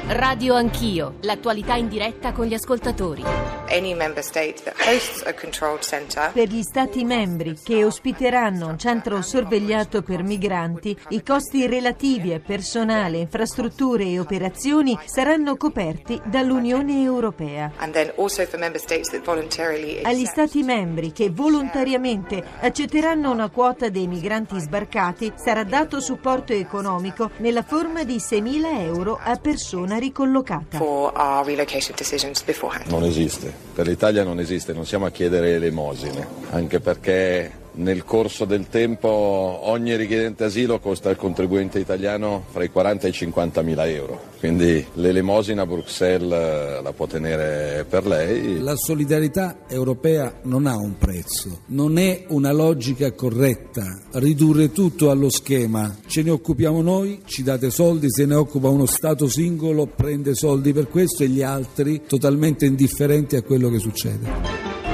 Radio Anch'io, l'attualità in diretta con gli ascoltatori. Any member state that hosts a controlled center. Per gli Stati membri che ospiteranno un centro sorvegliato per migranti, i costi relativi a personale, infrastrutture e operazioni saranno coperti dall'Unione Europea. And then also for member states that voluntarily Agli Stati membri che volontariamente accetteranno una quota dei migranti sbarcati sarà dato supporto economico nella forma di 6.000 euro a persona ricollocata. for our relocation decisions beforehand. Non esiste, per l'Italia non esiste, non siamo a chiedere elemosine, anche perché nel corso del tempo ogni richiedente asilo costa al contribuente italiano fra i 40 e i 50.000 euro, quindi l'elemosina Bruxelles la può tenere per lei. La solidarietà europea non ha un prezzo, non è una logica corretta ridurre tutto allo schema: ce ne occupiamo noi, ci date soldi, se ne occupa uno Stato singolo, prende soldi per questo e gli altri totalmente indifferenti a quello che succede.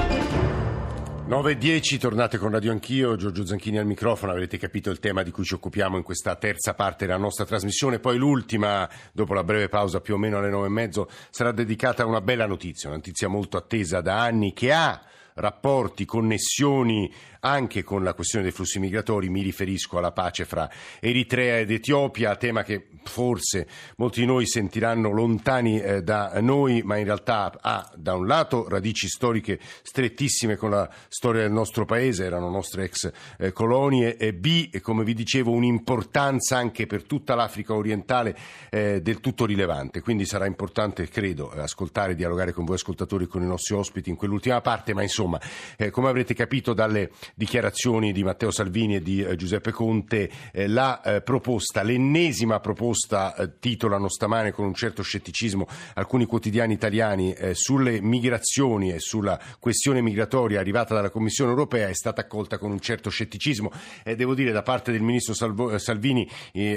9:10, tornate con Radio Anch'io, Giorgio Zanchini al microfono. Avrete capito il tema di cui ci occupiamo in questa terza parte della nostra trasmissione. Poi l'ultima, dopo la breve pausa più o meno alle 9:30, sarà dedicata a una bella notizia, una notizia molto attesa da anni, che ha rapporti, connessioni anche con la questione dei flussi migratori. Mi riferisco alla pace fra Eritrea ed Etiopia, tema che forse molti di noi sentiranno lontani da noi, ma in realtà ha da un lato radici storiche strettissime con la storia del nostro paese, erano nostre ex colonie, e B, come vi dicevo, un'importanza anche per tutta l'Africa orientale del tutto rilevante. Quindi sarà importante, credo, ascoltare e dialogare con voi ascoltatori e con i nostri ospiti in quell'ultima parte, ma insomma, come avrete capito dalle dichiarazioni di Matteo Salvini e di Giuseppe Conte, la proposta, l'ennesima proposta, titolano stamane con un certo scetticismo alcuni quotidiani italiani, sulle migrazioni e sulla questione migratoria arrivata dalla Commissione europea, è stata accolta con un certo scetticismo, devo dire da parte del ministro Salvini,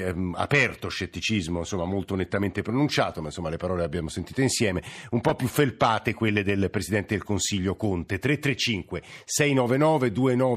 aperto scetticismo, insomma molto nettamente pronunciato, ma insomma le parole le abbiamo sentite insieme, un po' più felpate quelle del Presidente del Consiglio Conte. 335 699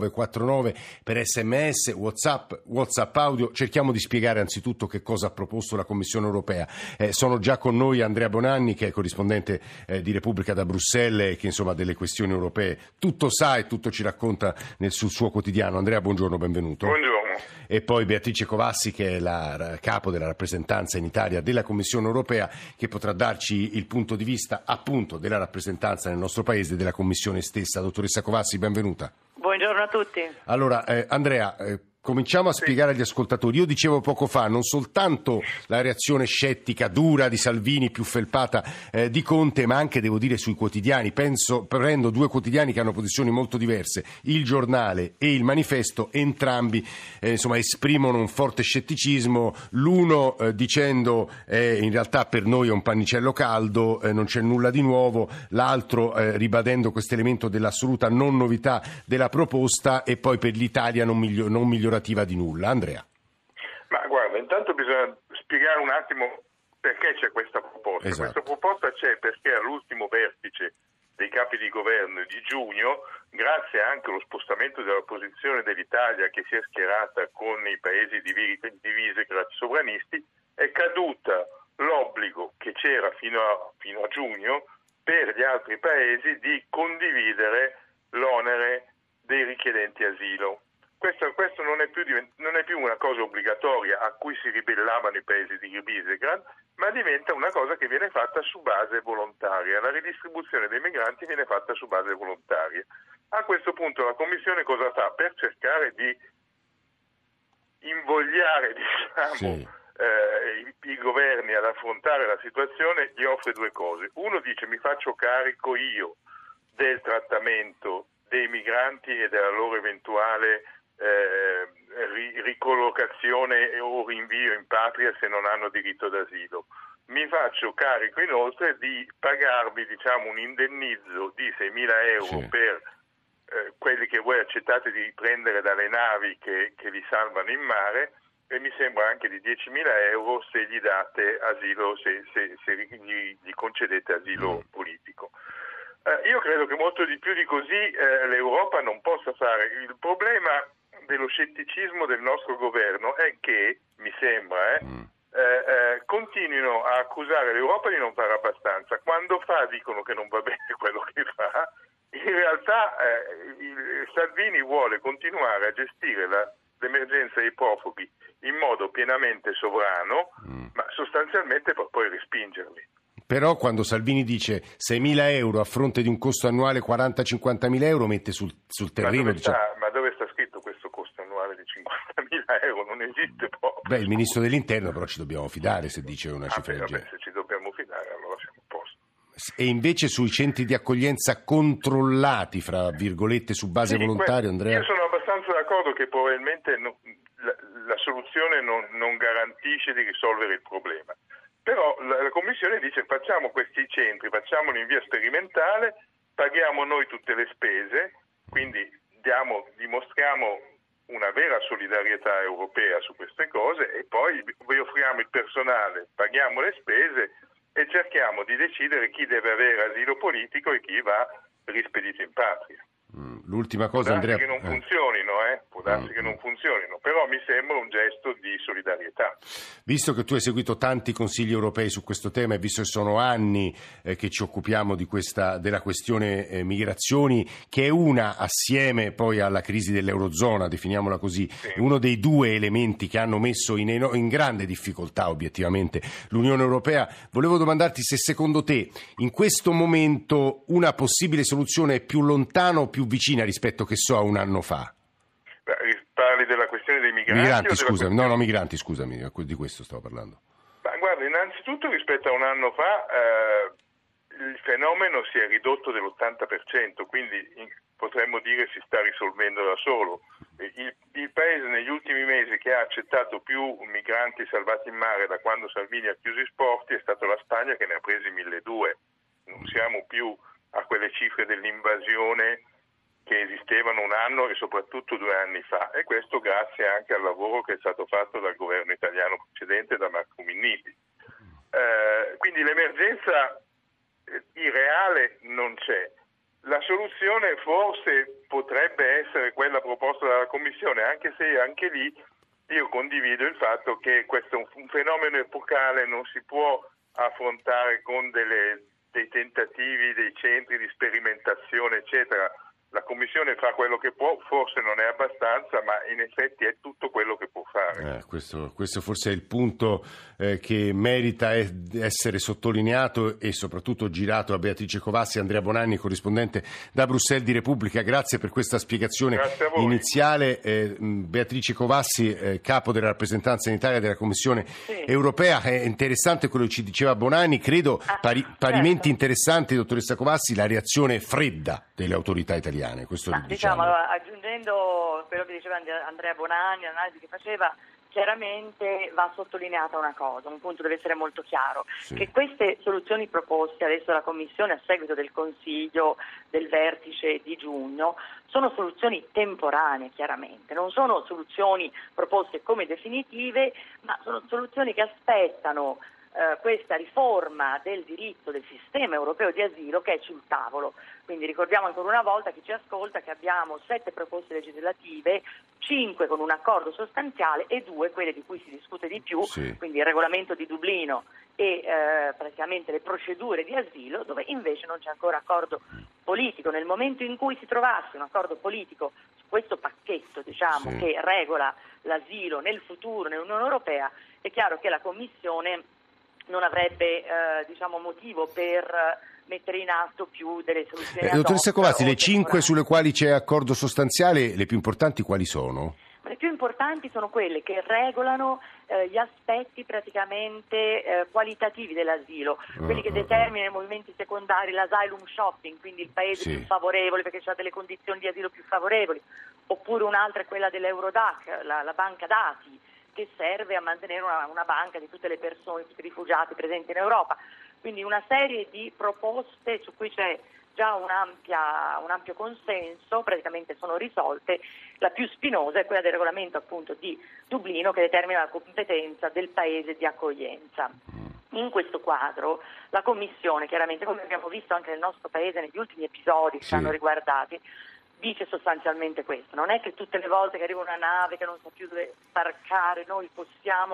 2949 per SMS, WhatsApp audio. Cerchiamo di spiegare anzitutto che cosa ha proposto la Commissione europea. Sono già con noi Andrea Bonanni, che è corrispondente di Repubblica da Bruxelles e che insomma delle questioni europee tutto sa e tutto ci racconta sul suo quotidiano. Andrea, buongiorno, benvenuto. Buongiorno. E poi Beatrice Covassi, che è la capo della rappresentanza in Italia della Commissione europea, che potrà darci il punto di vista appunto della rappresentanza nel nostro paese della Commissione stessa. Dottoressa Covassi, benvenuta. Buongiorno a tutti. Allora, Andrea, cominciamo a spiegare agli ascoltatori. Io dicevo poco fa, non soltanto la reazione scettica, dura di Salvini, più felpata di Conte, ma anche, devo dire, sui quotidiani. Prendo due quotidiani che hanno posizioni molto diverse, Il Giornale e Il Manifesto, entrambi esprimono un forte scetticismo, l'uno dicendo in realtà per noi è un pannicello caldo, non c'è nulla di nuovo, l'altro ribadendo questo elemento dell'assoluta non novità della proposta, e poi per l'Italia non migliorativa di nulla. Andrea. Ma guarda, intanto bisogna spiegare un attimo perché c'è questa proposta. Esatto. Questa proposta c'è perché all'ultimo vertice dei capi di governo di giugno, grazie anche allo spostamento della posizione dell'Italia, che si è schierata con i paesi divisi e sovranisti, è caduta l'obbligo che c'era fino a giugno per gli altri paesi di condividere l'onere dei richiedenti asilo. Questo non è più una cosa obbligatoria a cui si ribellavano i paesi di Visegrad, ma diventa una cosa che viene fatta su base volontaria. La ridistribuzione dei migranti viene fatta su base volontaria. A questo punto la Commissione cosa fa? Per cercare di invogliare, i governi ad affrontare la situazione, gli offre due cose. Uno dice: mi faccio carico io del trattamento dei migranti e della loro eventuale ricollocazione o rinvio in patria se non hanno diritto d'asilo. Mi faccio carico inoltre di pagarvi un indennizzo di 6.000 euro per quelli che voi accettate di prendere dalle navi che li salvano in mare, e mi sembra anche di 10.000 euro se gli date asilo, se gli concedete asilo politico. Io credo che molto di più di così l'Europa non possa fare. Il problema dello scetticismo del nostro governo è che, mi sembra, continui continuino a accusare l'Europa di non fare abbastanza. Quando dicono che non va bene quello che fa, in realtà Salvini vuole continuare a gestire l'emergenza dei profughi in modo pienamente sovrano, ma sostanzialmente per poi respingerli. Però quando Salvini dice 6.000 euro a fronte di un costo annuale 40-50.000 euro, mette sul terreno... Ma dove sta scritto questo costo annuale di 50.000 euro? Non esiste proprio. Il ministro dell'Interno però ci dobbiamo fidare se dice una cifra del genere. Se ci dobbiamo fidare allora siamo a posto. E invece sui centri di accoglienza controllati, fra virgolette, su base volontaria, Andrea? Io sono abbastanza d'accordo che probabilmente la soluzione non garantisce di risolvere il problema. Però la Commissione dice facciamo questi centri, facciamoli in via sperimentale, paghiamo noi tutte le spese, quindi dimostriamo una vera solidarietà europea su queste cose e poi vi offriamo il personale, paghiamo le spese e cerchiamo di decidere chi deve avere asilo politico e chi va rispedito in patria. L'ultima cosa, Andrea... Può darsi che non funzionino, può darsi che non funzionino, però mi sembra un gesto di solidarietà. Visto che tu hai seguito tanti consigli europei su questo tema e visto che sono anni che ci occupiamo della questione migrazioni, che è una assieme poi alla crisi dell'Eurozona, definiamola così, sì, uno dei due elementi che hanno messo in grande difficoltà obiettivamente l'Unione Europea, volevo domandarti se secondo te in questo momento una possibile soluzione è più lontana o più vicina rispetto a un anno fa? Parli della questione dei migranti? Migranti, scusami, di questo stavo parlando. Ma guarda, innanzitutto rispetto a un anno fa il fenomeno si è ridotto dell'80%, quindi potremmo dire si sta risolvendo da solo. Il paese negli ultimi mesi che ha accettato più migranti salvati in mare da quando Salvini ha chiuso i porti è stata la Spagna, che ne ha presi 1.200. Non siamo più a quelle cifre dell'invasione che esistevano un anno e soprattutto 2 anni fa, e questo grazie anche al lavoro che è stato fatto dal governo italiano precedente, da Marco Minniti. Quindi l'emergenza irreale non c'è. La soluzione forse potrebbe essere quella proposta dalla Commissione, anche se anche lì io condivido il fatto che questo è un fenomeno epocale, non si può affrontare con dei tentativi, dei centri di sperimentazione, eccetera. La Commissione fa quello che può, forse non è abbastanza, ma in effetti è tutto quello che può fare. Questo forse è il punto che merita essere sottolineato e soprattutto girato a Beatrice Covassi. Andrea Bonanni, corrispondente da Bruxelles di Repubblica, grazie per questa spiegazione iniziale. Beatrice Covassi, capo della rappresentanza in Italia della Commissione europea. È interessante quello che ci diceva Bonanni, credo parimenti interessante, dottoressa Covassi, la reazione fredda delle autorità italiane. Questo aggiungendo quello che diceva Andrea Bonanni, l'analisi che faceva, chiaramente va sottolineata una cosa, un punto deve essere molto chiaro, che queste soluzioni proposte adesso dalla Commissione a seguito del Consiglio del vertice di giugno sono soluzioni temporanee, chiaramente, non sono soluzioni proposte come definitive, ma sono soluzioni che aspettano questa riforma del diritto del sistema europeo di asilo che è sul tavolo. Quindi ricordiamo ancora una volta, chi ci ascolta, che abbiamo 7 proposte legislative, 5 con un accordo sostanziale e 2 quelle di cui si discute di più, quindi il regolamento di Dublino e praticamente le procedure di asilo, dove invece non c'è ancora accordo politico. Nel momento in cui si trovasse un accordo politico su questo pacchetto, che regola l'asilo nel futuro nell'Unione Europea, è chiaro che la Commissione non avrebbe motivo per mettere in atto più delle soluzioni ad hoc. Dottoressa Covassi, le 5 sulle quali c'è accordo sostanziale, le più importanti quali sono? Le più importanti sono quelle che regolano gli aspetti praticamente qualitativi dell'asilo, quelli che determinano i movimenti secondari, l'asylum shopping, quindi il paese più favorevole perché ha delle condizioni di asilo più favorevoli, oppure un'altra è quella dell'Eurodac, la banca dati, che serve a mantenere una banca di tutte le persone, tutti i rifugiati presenti in Europa. Quindi una serie di proposte su cui c'è già un ampio consenso, praticamente sono risolte. La più spinosa è quella del regolamento appunto di Dublino, che determina la competenza del paese di accoglienza. In questo quadro la Commissione, chiaramente, come abbiamo visto anche nel nostro paese negli ultimi episodi che ci hanno riguardati, dice sostanzialmente questo: non è che tutte le volte che arriva una nave che non sa più dove sbarcare noi possiamo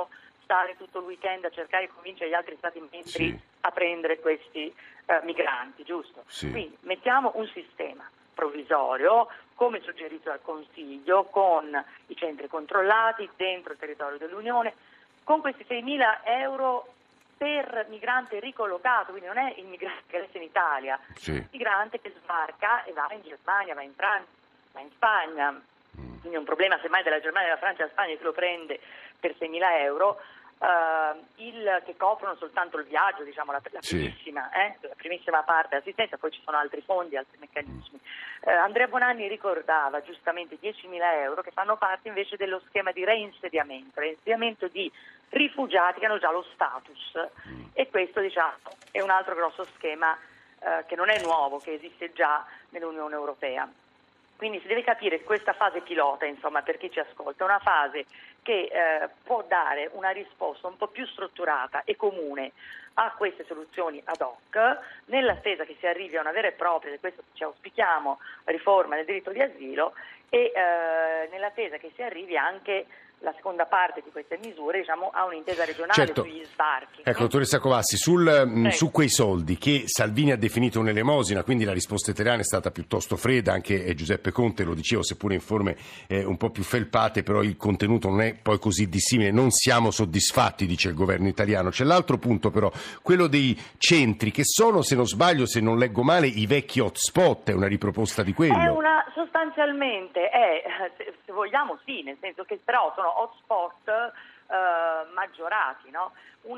stare tutto il weekend a cercare di convincere gli altri Stati membri a prendere questi migranti, giusto? Sì. Quindi mettiamo un sistema provvisorio, come suggerito dal Consiglio, con i centri controllati dentro il territorio dell'Unione, con questi 6.000 euro per migrante ricollocato, quindi non è il migrante che resta in Italia, è il migrante che sbarca e va in Germania, va in Francia, va in Spagna. Quindi è un problema semmai della Germania, della Francia e della Spagna che lo prende per 6.000 euro, che coprono soltanto il viaggio, diciamo la primissima parte dell'assistenza, poi ci sono altri fondi, altri meccanismi. Andrea Bonanni ricordava giustamente 10.000 euro che fanno parte invece dello schema di reinsediamento di rifugiati che hanno già lo status, e questo diciamo è un altro grosso schema che non è nuovo, che esiste già nell'Unione Europea. Quindi si deve capire questa fase pilota, insomma, per chi ci ascolta, una fase che può dare una risposta un po' più strutturata e comune a queste soluzioni ad hoc, nell'attesa che si arrivi a una vera e propria, e questo ci auspichiamo, riforma del diritto di asilo, e nell'attesa che si arrivi anche la seconda parte di queste misure, diciamo, a un'intesa regionale sugli sbarchi. Ecco, dottoressa Covassi, su quei soldi che Salvini ha definito un'elemosina, quindi la risposta italiana è stata piuttosto fredda, anche Giuseppe Conte lo diceva, seppure in forme un po' più felpate, però il contenuto non è poi così dissimile, non siamo soddisfatti, dice il governo italiano. C'è l'altro punto però, quello dei centri, che sono, se non sbaglio, se non leggo male, i vecchi hotspot, è una riproposta di quello. Sostanzialmente se vogliamo sì, nel senso che però sono hotspot maggiorati, no?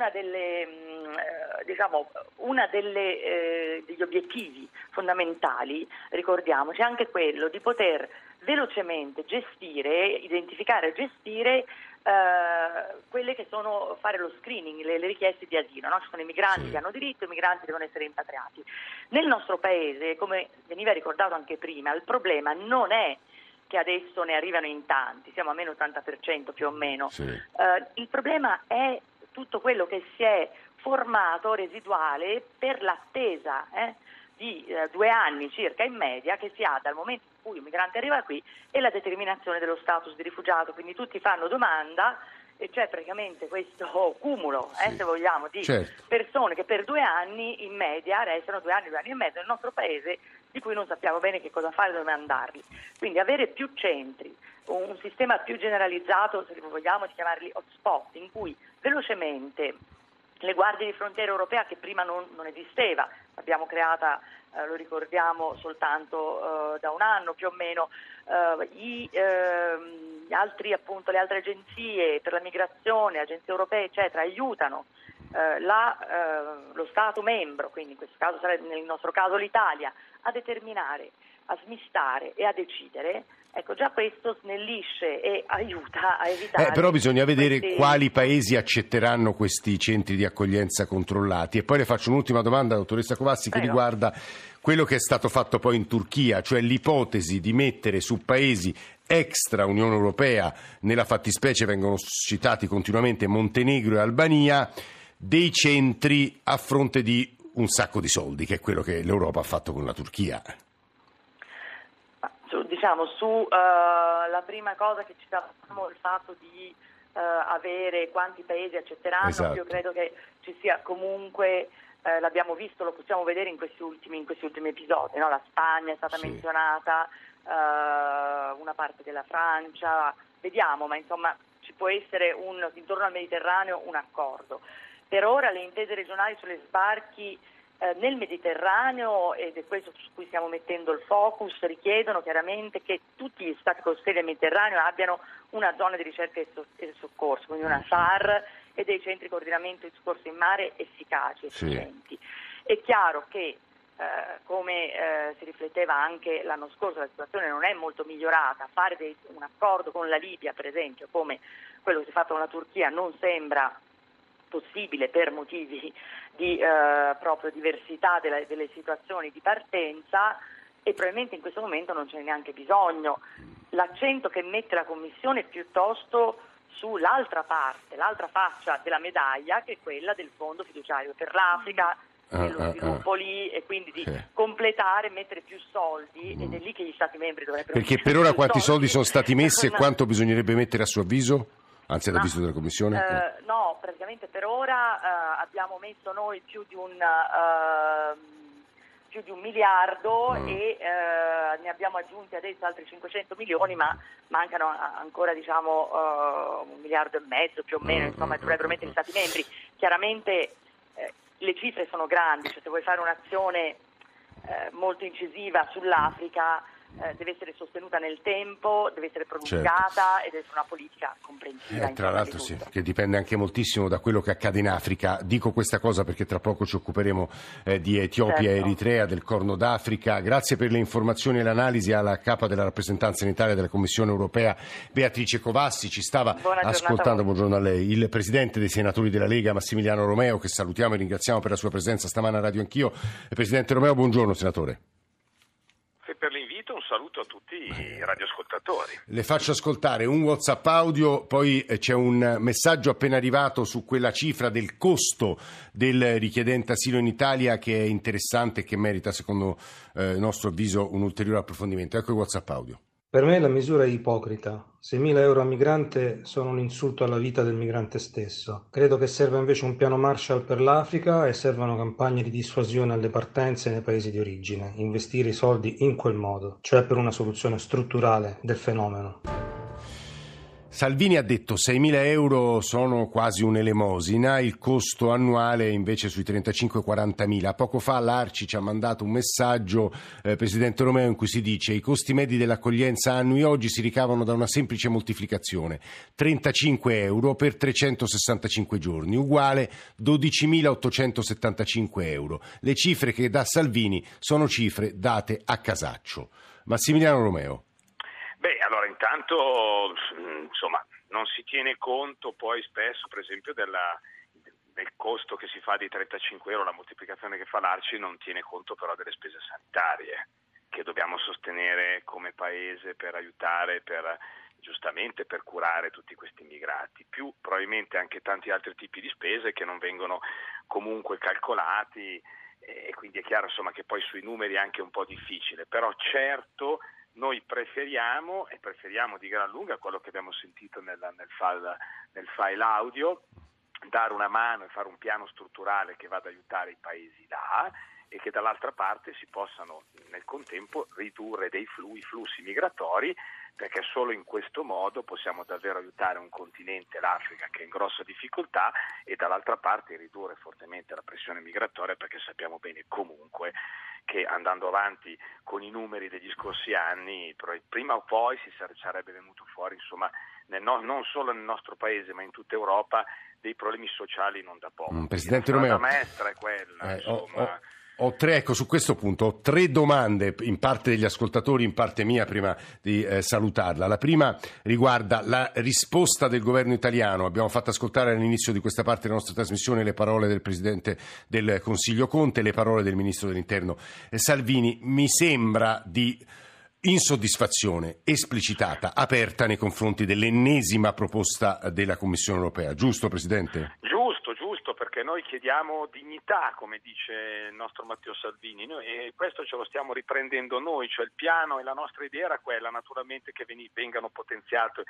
Degli obiettivi fondamentali, ricordiamoci, è anche quello di poter velocemente identificare e gestire quelle che sono, fare lo screening, le richieste di asilo, no? Ci sono i migranti che hanno diritto, i migranti devono essere rimpatriati. Nel nostro paese, come veniva ricordato anche prima, il problema non è che adesso ne arrivano in tanti, siamo a meno 80% più o meno. Il problema è tutto quello che si è formato residuale per l'attesa di 2 anni circa in media che si ha dal momento in cui un migrante arriva qui e la determinazione dello status di rifugiato. Quindi tutti fanno domanda e c'è praticamente questo cumulo, se vogliamo, di persone che per 2 anni in media restano 2 anni e mezzo nel nostro paese, di cui non sappiamo bene che cosa fare, dove mandarli. Quindi avere più centri, un sistema più generalizzato, se vogliamo chiamarli hotspot, in cui velocemente le guardie di frontiera europea, che prima non esisteva, l'abbiamo creata, lo ricordiamo, soltanto da 1 anno più o meno, le altre agenzie per la migrazione, agenzie europee eccetera, aiutano lo Stato membro, quindi in questo caso sarebbe nel nostro caso l'Italia, a determinare, a smistare e a decidere. Ecco, già questo snellisce e aiuta a evitare. Però bisogna vedere quali paesi accetteranno questi centri di accoglienza controllati. E poi le faccio un'ultima domanda, dottoressa Covassi, che riguarda quello che è stato fatto poi in Turchia, cioè l'ipotesi di mettere su paesi extra Unione Europea, nella fattispecie vengono citati continuamente Montenegro e Albania, dei centri a fronte di un sacco di soldi, che è quello che l'Europa ha fatto con la Turchia. La prima cosa che ci davamo, il fatto di avere quanti paesi accetteranno, io credo che ci sia comunque, l'abbiamo visto, lo possiamo vedere in questi ultimi episodi, no? La Spagna è stata menzionata, una parte della Francia, vediamo, ma insomma ci può essere intorno al Mediterraneo un accordo. Per ora le intese regionali sulle sbarchi nel Mediterraneo, ed è questo su cui stiamo mettendo il focus, richiedono chiaramente che tutti gli stati costieri del Mediterraneo abbiano una zona di ricerca e soccorso, quindi una SAR, e dei centri di coordinamento di soccorso in mare efficaci, efficienti. È chiaro che come si rifletteva anche l'anno scorso, la situazione non è molto migliorata. Fare un accordo con la Libia, per esempio, come quello che si è fatto con la Turchia, non sembra possibile per motivi di proprio diversità delle situazioni di partenza, e probabilmente in questo momento non ce n'è neanche bisogno. L'accento che mette la Commissione è piuttosto sull'altra parte, l'altra faccia della medaglia, che è quella del fondo fiduciario per l'Africa, dello sviluppo lì, e quindi di completare, mettere più soldi, ed è lì che gli Stati membri dovrebbero... Perché per ora quanti soldi sono stati messi e quanto bisognerebbe mettere a suo avviso? anzi ad avviso della Commissione? No, praticamente per ora abbiamo messo noi più di un miliardo e ne abbiamo aggiunti adesso altri 500 milioni, ma mancano ancora 1,5 miliardi più o meno, insomma dovrebbero mettere gli Stati membri. Chiaramente le cifre sono grandi, cioè se vuoi fare un'azione molto incisiva sull'Africa deve essere sostenuta nel tempo, deve essere prolungata e deve essere una politica comprensiva. Tra l'altro sì, che dipende anche moltissimo da quello che accade in Africa. Dico questa cosa perché tra poco ci occuperemo di Etiopia e Eritrea, del Corno d'Africa. Grazie per le informazioni e l'analisi alla capa della rappresentanza in Italia della Commissione europea, Beatrice Covassi. Ci stava ascoltando, buongiorno a lei, il presidente dei senatori della Lega, Massimiliano Romeo, che salutiamo e ringraziamo per la sua presenza stamane a Radio Anch'io. Presidente Romeo, buongiorno senatore. Per l'invito, un saluto a tutti i radioascoltatori. Le faccio ascoltare un WhatsApp audio, poi c'è un messaggio appena arrivato su quella cifra del costo del richiedente asilo in Italia che è interessante e che merita, secondo il nostro avviso, un ulteriore approfondimento. Ecco il WhatsApp audio. Per me la misura è ipocrita. 6.000 euro a migrante sono un insulto alla vita del migrante stesso. Credo che serva invece un piano Marshall per l'Africa e servano campagne di dissuasione alle partenze nei paesi di origine. Investire i soldi in quel modo, cioè per una soluzione strutturale del fenomeno. Salvini ha detto 6.000 euro sono quasi un'elemosina, il costo annuale è invece sui 35-40.000. Poco fa l'Arci ci ha mandato un messaggio, Presidente Romeo, in cui si dice i costi medi dell'accoglienza annui oggi si ricavano da una semplice moltiplicazione, 35 euro per 365 giorni, uguale 12.875 euro. Le cifre che dà Salvini sono cifre date a casaccio. Massimiliano Romeo. Allora intanto insomma non si tiene conto poi spesso per esempio del costo che si fa di 35 euro, la moltiplicazione che fa l'Arci non tiene conto però delle spese sanitarie che dobbiamo sostenere come paese per aiutare, giustamente per curare tutti questi immigrati, più probabilmente anche tanti altri tipi di spese che non vengono comunque calcolati e quindi è chiaro insomma che poi sui numeri è anche un po' difficile, però certo noi preferiamo di gran lunga quello che abbiamo sentito nel file audio, dare una mano e fare un piano strutturale che vada ad aiutare i paesi là e che dall'altra parte si possano nel contempo ridurre i flussi migratori, perché solo in questo modo possiamo davvero aiutare un continente, l'Africa, che è in grossa difficoltà, e dall'altra parte ridurre fortemente la pressione migratoria, perché sappiamo bene comunque che andando avanti con i numeri degli scorsi anni prima o poi sarebbe venuto fuori insomma non solo nel nostro paese ma in tutta Europa dei problemi sociali non da poco. Presidente Romeo, la maestra è quella insomma. Ecco, su questo punto ho 3 domande, in parte degli ascoltatori, in parte mia, prima di salutarla. La prima riguarda la risposta del governo italiano. Abbiamo fatto ascoltare all'inizio di questa parte della nostra trasmissione le parole del Presidente del Consiglio Conte e le parole del Ministro dell'Interno Salvini. Mi sembra di insoddisfazione esplicitata, aperta nei confronti dell'ennesima proposta della Commissione europea. Giusto, Presidente? Giusto, perché noi chiediamo dignità, come dice il nostro Matteo Salvini, e questo ce lo stiamo riprendendo noi, cioè il piano e la nostra idea era quella naturalmente che venga potenziato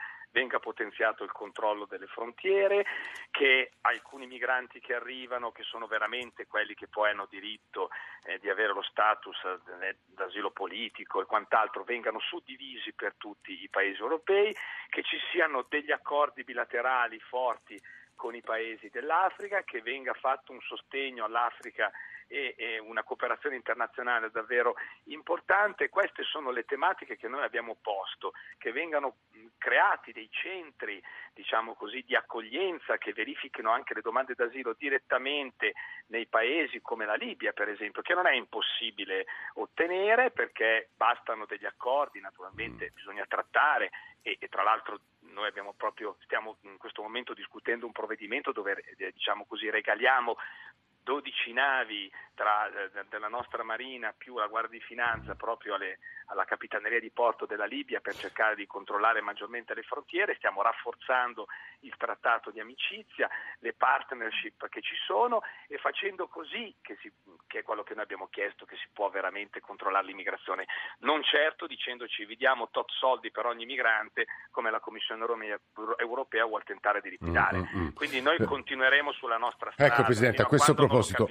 il controllo delle frontiere, che alcuni migranti che arrivano, che sono veramente quelli che poi hanno diritto di avere lo status d'asilo politico e quant'altro, vengano suddivisi per tutti i paesi europei, che ci siano degli accordi bilaterali forti con i paesi dell'Africa, che venga fatto un sostegno all'Africa e una cooperazione internazionale davvero importante. Queste sono le tematiche che noi abbiamo posto, che vengano creati dei centri, diciamo così, di accoglienza che verifichino anche le domande d'asilo direttamente nei paesi come la Libia, per esempio, che non è impossibile ottenere perché bastano degli accordi, naturalmente bisogna trattare e tra l'altro noi stiamo in questo momento discutendo un provvedimento dove diciamo così regaliamo 12 navi della nostra Marina più la Guardia di Finanza proprio alla Capitaneria di Porto della Libia per cercare di controllare maggiormente le frontiere. Stiamo rafforzando il trattato di amicizia, le partnership che ci sono, e facendo così, che è quello che noi abbiamo chiesto, che si può veramente controllare l'immigrazione, non certo dicendoci vi diamo tot soldi per ogni migrante come la Commissione europea vuole tentare di ripidare. Quindi noi continueremo sulla nostra strada. Ecco Presidente, a questo proposito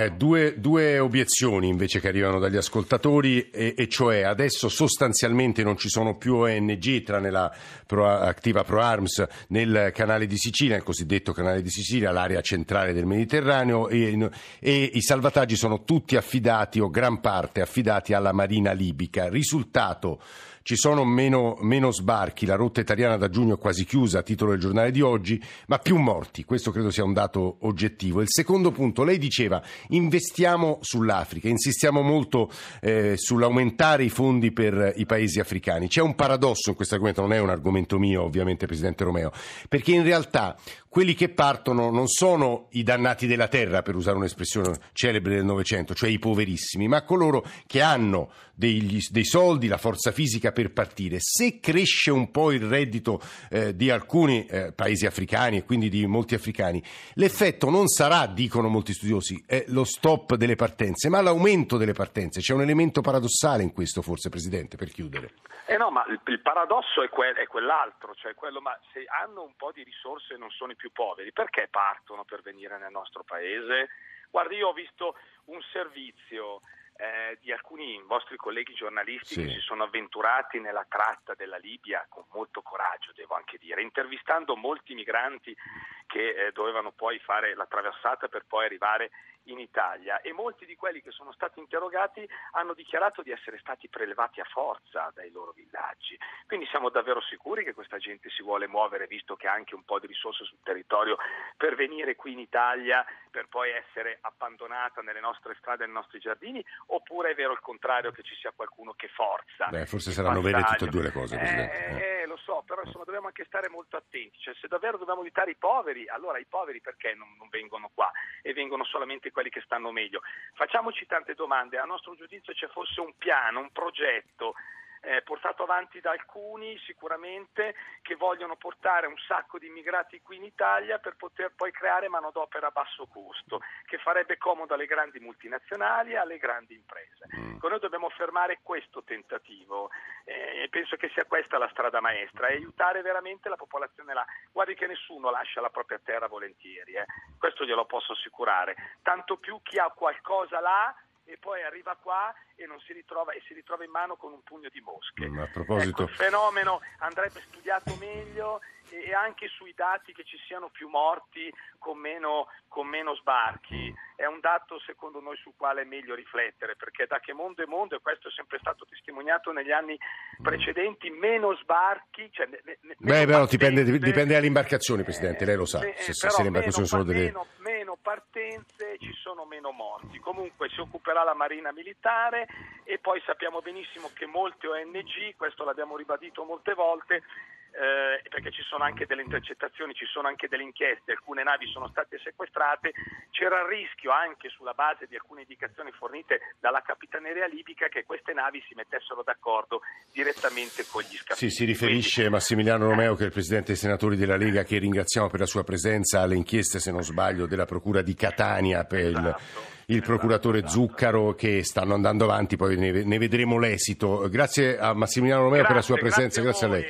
due obiezioni invece che arrivano dagli ascoltatori, e cioè adesso sostanzialmente non ci sono più ONG tranne la Activa Pro Arms nel canale di Sicilia, il cosiddetto canale di Sicilia, l'area centrale del Mediterraneo, e i salvataggi sono tutti affidati o gran parte affidati alla Marina libica. Risultato: ci sono meno sbarchi, la rotta italiana da giugno è quasi chiusa, a titolo del giornale di oggi, ma più morti, questo credo sia un dato oggettivo. Il secondo punto, lei diceva investiamo sull'Africa, insistiamo molto sull'aumentare i fondi per i paesi africani. C'è un paradosso in questo argomento, non è un argomento mio ovviamente Presidente Romeo, perché in realtà quelli che partono non sono i dannati della terra, per usare un'espressione celebre del Novecento, cioè i poverissimi, ma coloro che hanno dei soldi, la forza fisica per partire. Se cresce un po' il reddito di alcuni paesi africani e quindi di molti africani, l'effetto non sarà, dicono molti studiosi, lo stop delle partenze, ma l'aumento delle partenze. C'è un elemento paradossale in questo, forse, Presidente, per chiudere. No, ma il paradosso è quell'altro, cioè quello, ma se hanno un po' di risorse e non sono i più poveri, perché partono per venire nel nostro paese? Guardi, io ho visto un servizio di alcuni vostri colleghi giornalisti che si sono avventurati nella tratta della Libia con molto coraggio, devo anche dire, intervistando molti migranti che dovevano poi fare la traversata per poi arrivare in Italia, e molti di quelli che sono stati interrogati hanno dichiarato di essere stati prelevati a forza dai loro villaggi. Quindi siamo davvero sicuri che questa gente si vuole muovere, visto che ha anche un po' di risorse sul territorio, per venire qui in Italia per poi essere abbandonata nelle nostre strade, nei nostri giardini, oppure è vero il contrario, che ci sia qualcuno che forza? Forse saranno vere tutte e due le cose, Presidente. Lo so, però insomma dobbiamo anche stare molto attenti, cioè se davvero dobbiamo aiutare i poveri, allora i poveri perché non vengono qua e vengono solamente quelli che stanno meglio? Facciamoci tante domande. A nostro giudizio c'è forse un piano, un progetto portato avanti da alcuni sicuramente, che vogliono portare un sacco di immigrati qui in Italia per poter poi creare manodopera a basso costo, che farebbe comodo alle grandi multinazionali e alle grandi imprese. Noi dobbiamo fermare questo tentativo, e penso che sia questa la strada maestra, e aiutare veramente la popolazione là. Guardi che nessuno lascia la propria terra volentieri, questo glielo posso assicurare, tanto più chi ha qualcosa là e poi arriva qua e non si ritrova in mano con un pugno di mosche. A proposito... Ecco, il fenomeno andrebbe studiato meglio, e anche sui dati che ci siano più morti con meno sbarchi. È un dato secondo noi sul quale è meglio riflettere, perché da che mondo è mondo, e questo è sempre stato testimoniato negli anni precedenti, meno sbarchi, cioè però dipende dalle imbarcazioni, Presidente, lei lo sa, se le imbarcazioni sono delle... meno partenze, ci sono meno morti. Comunque si occuperà la Marina Militare, e poi sappiamo benissimo che molte ONG, questo l'abbiamo ribadito molte volte, perché ci sono anche delle intercettazioni, ci sono anche delle inchieste, alcune navi sono state sequestrate, c'era il rischio anche sulla base di alcune indicazioni fornite dalla Capitaneria libica che queste navi si mettessero d'accordo direttamente con gli scaffisti. Si riferisce Massimiliano Romeo, che è il Presidente dei Senatori della Lega, che ringraziamo per la sua presenza alle inchieste, se non sbaglio, della Procura di Catania per il procuratore Zuccaro, che stanno andando avanti, poi ne vedremo l'esito. Grazie a Massimiliano Romeo per la sua presenza, grazie a lei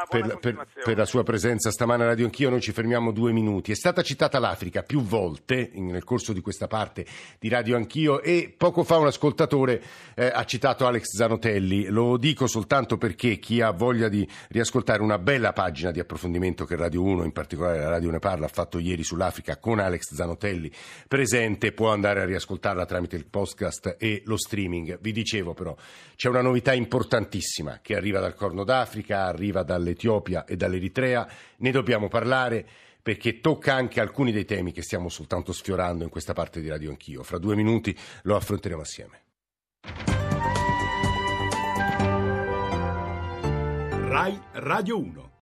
per la sua presenza stamane a Radio Anch'io. Noi ci fermiamo 2 minuti. È stata citata l'Africa più volte nel corso di questa parte di Radio Anch'io, e poco fa un ascoltatore ha citato Alex Zanotelli. Lo dico soltanto perché chi ha voglia di riascoltare una bella pagina di approfondimento che Radio 1, in particolare la Radio Ne Parla, ha fatto ieri sull'Africa con Alex Zanotelli presente, può andare a riascoltarla tramite il podcast e lo streaming. Vi dicevo però, c'è una novità importantissima che arriva dal Corno d'Africa, arriva dall'Etiopia e dall'Eritrea. Ne dobbiamo parlare perché tocca anche alcuni dei temi che stiamo soltanto sfiorando in questa parte di Radio Anch'io. Fra 2 minuti lo affronteremo assieme. Rai Radio 1.